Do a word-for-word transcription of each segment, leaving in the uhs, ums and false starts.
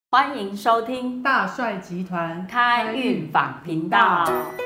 欢迎收听大帅集团开运访频道。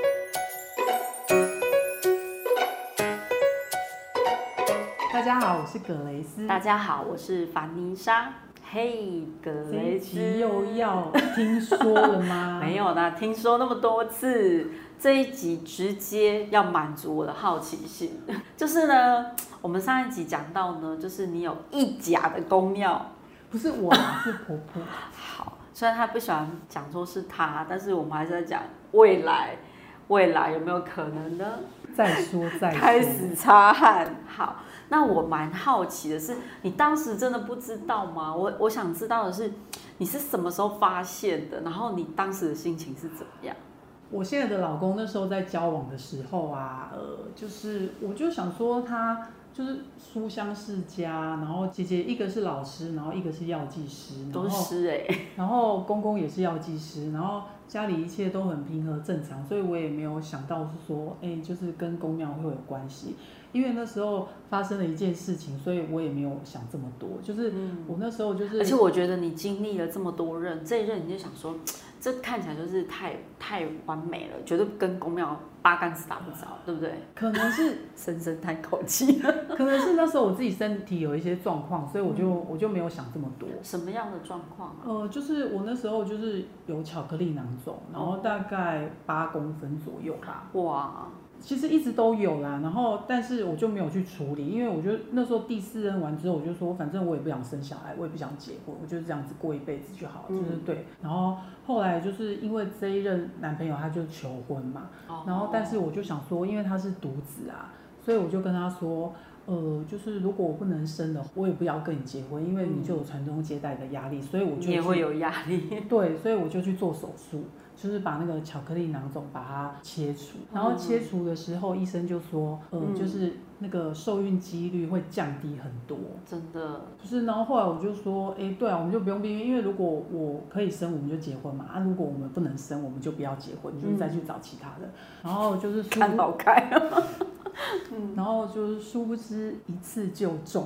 大家好，我是葛雷斯。 大家好，我是凡妮莎。嘿，葛雷斯， 这一集又要听说了吗？ 没有啦，听说那么多次，这一集直接要满足我的好奇心。就是呢，我们上一集讲到呢，就是你有一甲的公庙， 不是我啦，是婆婆。 好，虽然他不喜欢讲说是他，但是我们还是在讲未来，未来有没有可能呢？ 再说再说， 开始擦汗。好，那我蛮好奇的是，你当时真的不知道吗？我我想知道的是，你是什么时候发现的？然后你当时的心情是怎么样？ 我现在的老公那时候在交往的时候啊，呃，就是我就想说他就是书香世家，然后姐姐一个是老师，然后一个是药剂师， 都是师哎、欸， 然后公公也是药剂师，然后家里一切都很平和正常，所以我也没有想到是说，哎，就是跟公庙会有关系。因为那时候发生了一件事情，所以我也没有想这么多。就是我那时候就是， 而且我觉得你经历了这么多任，这一任你就想说，这看起来就是太太完美了，绝对跟公庙八竿子打不着，对不对？ 可能是深深叹口气， 可能是那时候我自己身体有一些状况，所以我就、嗯、我就没有想这么多。 什么样的状况啊？ 呃，就是我那时候就是有巧克力囊肿，然后大概八公分左右吧。 哇！ 其实一直都有啦，然后但是我就没有去处理，因为我就那时候第四任完之后，我就说反正我也不想生小孩，我也不想结婚，我就是这样子过一辈子就好了，嗯、就是对。然后后来就是因为这一任男朋友他就求婚嘛，哦、然后但是我就想说，因为他是独子啊，所以我就跟他说，呃，就是如果我不能生的，我也不要跟你结婚，因为你就有传宗接代的压力，所以我就你也会有压力。 对，所以我就去做手术。就是把那个巧克力囊肿把它切除，然后切除的时候，医生就说，呃，嗯、就是那个受孕几率会降低很多， 真的。就是， 然后后来我就说，哎、欸，对啊，我们就不用避孕，因为如果我可以生，我们就结婚嘛，啊，如果我们不能生，我们就不要结婚，就是再去找其他的。嗯、然后就是看好开， 然后就是殊不知一次就中。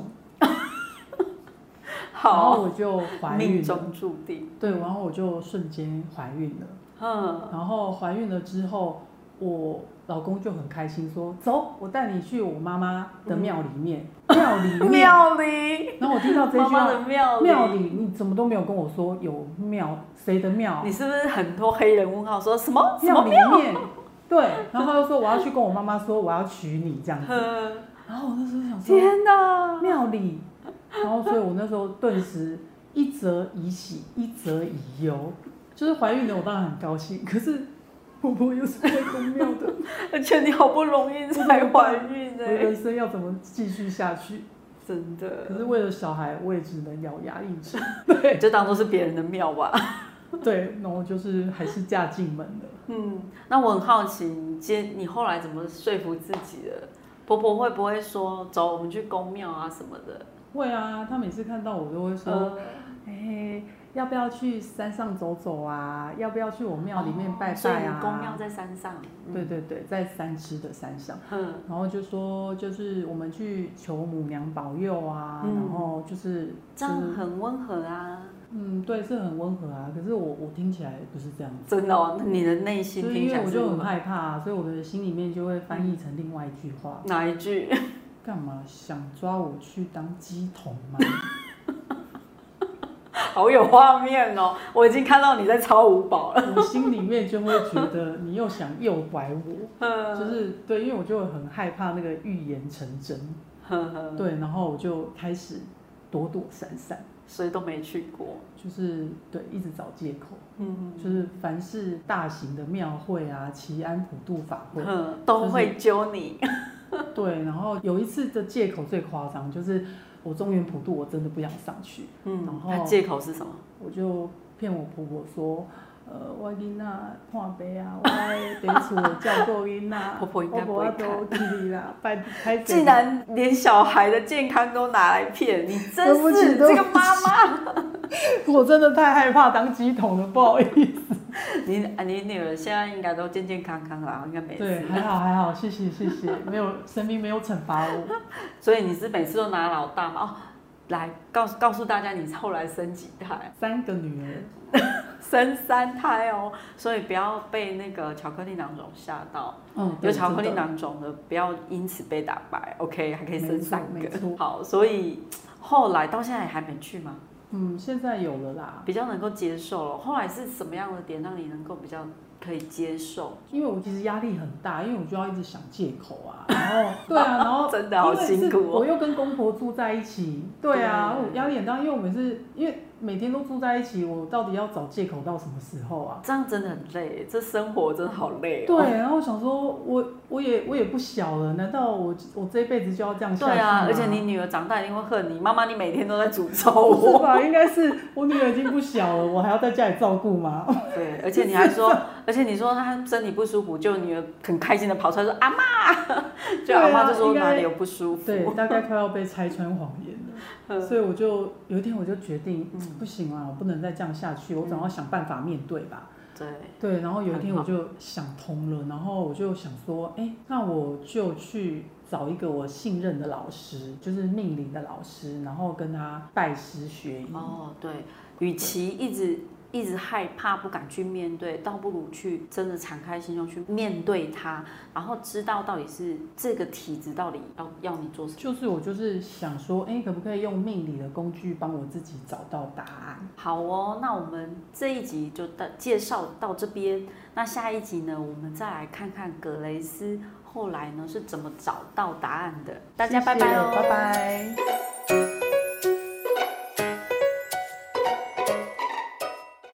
好， 然后我就怀孕了， 命中注定。 对，然后我就瞬间怀孕了。嗯，然后怀孕了之后，我老公就很开心说：“走，我带你去我妈妈的庙里面。嗯”庙里面， 庙里。 然后我听到这句话， 妈妈的庙里， 庙里，你怎么都没有跟我说有庙，谁的庙？ 你是不是很多黑人问号说什么庙里面？对，然后他就说我要去跟我妈妈说我要娶你这样子。然后我那时候想说， 天哪， 庙里。然后所以我那时候顿时一则以喜，一则以忧。就是怀孕了，我当然很高兴。可是婆婆又是在公庙的， 而且你好不容易才怀孕哎、 欸，我人生要怎么继续下去？ 真的。 可是为了小孩，我也只能咬牙硬撑。对， 就当做是别人的庙吧。 对，然后就是还是嫁进门了。 嗯，那我很好奇，你接你后来怎么说服自己的？婆婆会不会说走，我们去公庙啊什么的？ 会啊，她每次看到我都会说，哎、呃。欸要不要去山上走走啊？要不要去我庙里面拜拜啊？ 所以公庙在山上。 嗯、对对对，在三芝的山上。嗯。然后就说，就是我们去求母娘保佑啊，嗯、然后就是、 就是、这样很温和啊。 嗯，对，是很温和啊。可是我我听起来不是这样子。 真的哦，你的内心听起来是。 因为我就很害怕啊，所以我的心里面就会翻译成另外一句话。 哪一句？ 干嘛想抓我去当鸡童吗？ 好有画面哦！我已经看到你在抄五宝了。 我心里面就会觉得你又想诱拐我，就是对，因为我就很害怕那个预言成真，对，然后我就开始躲躲闪闪， 所以都没去过， 就是对，一直找借口，嗯，就是凡是大型的庙会啊、祈安普渡法会， 都会揪你。 对，然后有一次的借口最夸张，就是我中元普渡我真的不想上去， 嗯，然后借口是什么？ 我就骗我婆婆说，呃，我囡仔看病啊，我在地厝照顾囡仔， 婆婆应该不会看。 我都去啦，拜拜。 竟然连小孩的健康都拿来骗，你真是这个妈妈。 我真的太害怕当鸡童了，不好意思。 你你女儿现在应该都健健康康啦，应该没事。 对，还好还好，谢谢谢谢，没有神明没有惩罚我。 所以你是每次都拿老大吗？哦， 来告诉告诉大家，你后来生几胎？ 三个女儿， 生三胎哦，所以不要被那个巧克力囊肿吓到。 嗯， 有巧克力囊肿的，不要因此被打败。OK， 还可以生三个。 没错， 好，所以后来到现在还没去吗？ 嗯，现在有了啦， 比较能够接受了。后来是什么样的点让你能够比较可以接受？ 因为我其实压力很大，因为我就要一直想借口啊，然后对啊，然后真的好辛苦哦。 我又跟公婆住在一起，对啊，我压力很大，因为我们是因为每天都住在一起，我到底要找借口到什么时候啊？ 这样真的很累，这生活真的好累哦。 对，然后想说我我也我也不小了，难道我我这一辈子就要这样下去吗？ 对啊，而且你女儿长大一定会恨你，妈妈你每天都在诅咒我。 是吧？应该是我女儿已经不小了，我还要在家里照顾吗？ 对，而且你还说，而且你说她身体不舒服，就女儿很开心的跑出来说阿嬷，就阿嬷就说哪里有不舒服。 对，大概快要被拆穿谎言了，所以我就有一天我就决定，嗯、不行啊，我不能再这样下去，我总要想办法面对吧。 对对，然后有一天我就想通了，然后我就想说，哎，那我就去找一个我信任的老师，就是命理的老师，然后跟他拜师学艺。 哦，对，与其一直一直害怕不敢去面对，倒不如去真的敞开心胸去面对它，然后知道到底是这个体质到底要要你做什么。 就是我就是想说，哎，可不可以用命理的工具帮我自己找到答案？ 好哦，那我们这一集就到介绍到这边。那下一集呢，我们再来看看葛蕾丝后来呢是怎么找到答案的。大家拜拜哦， 拜拜。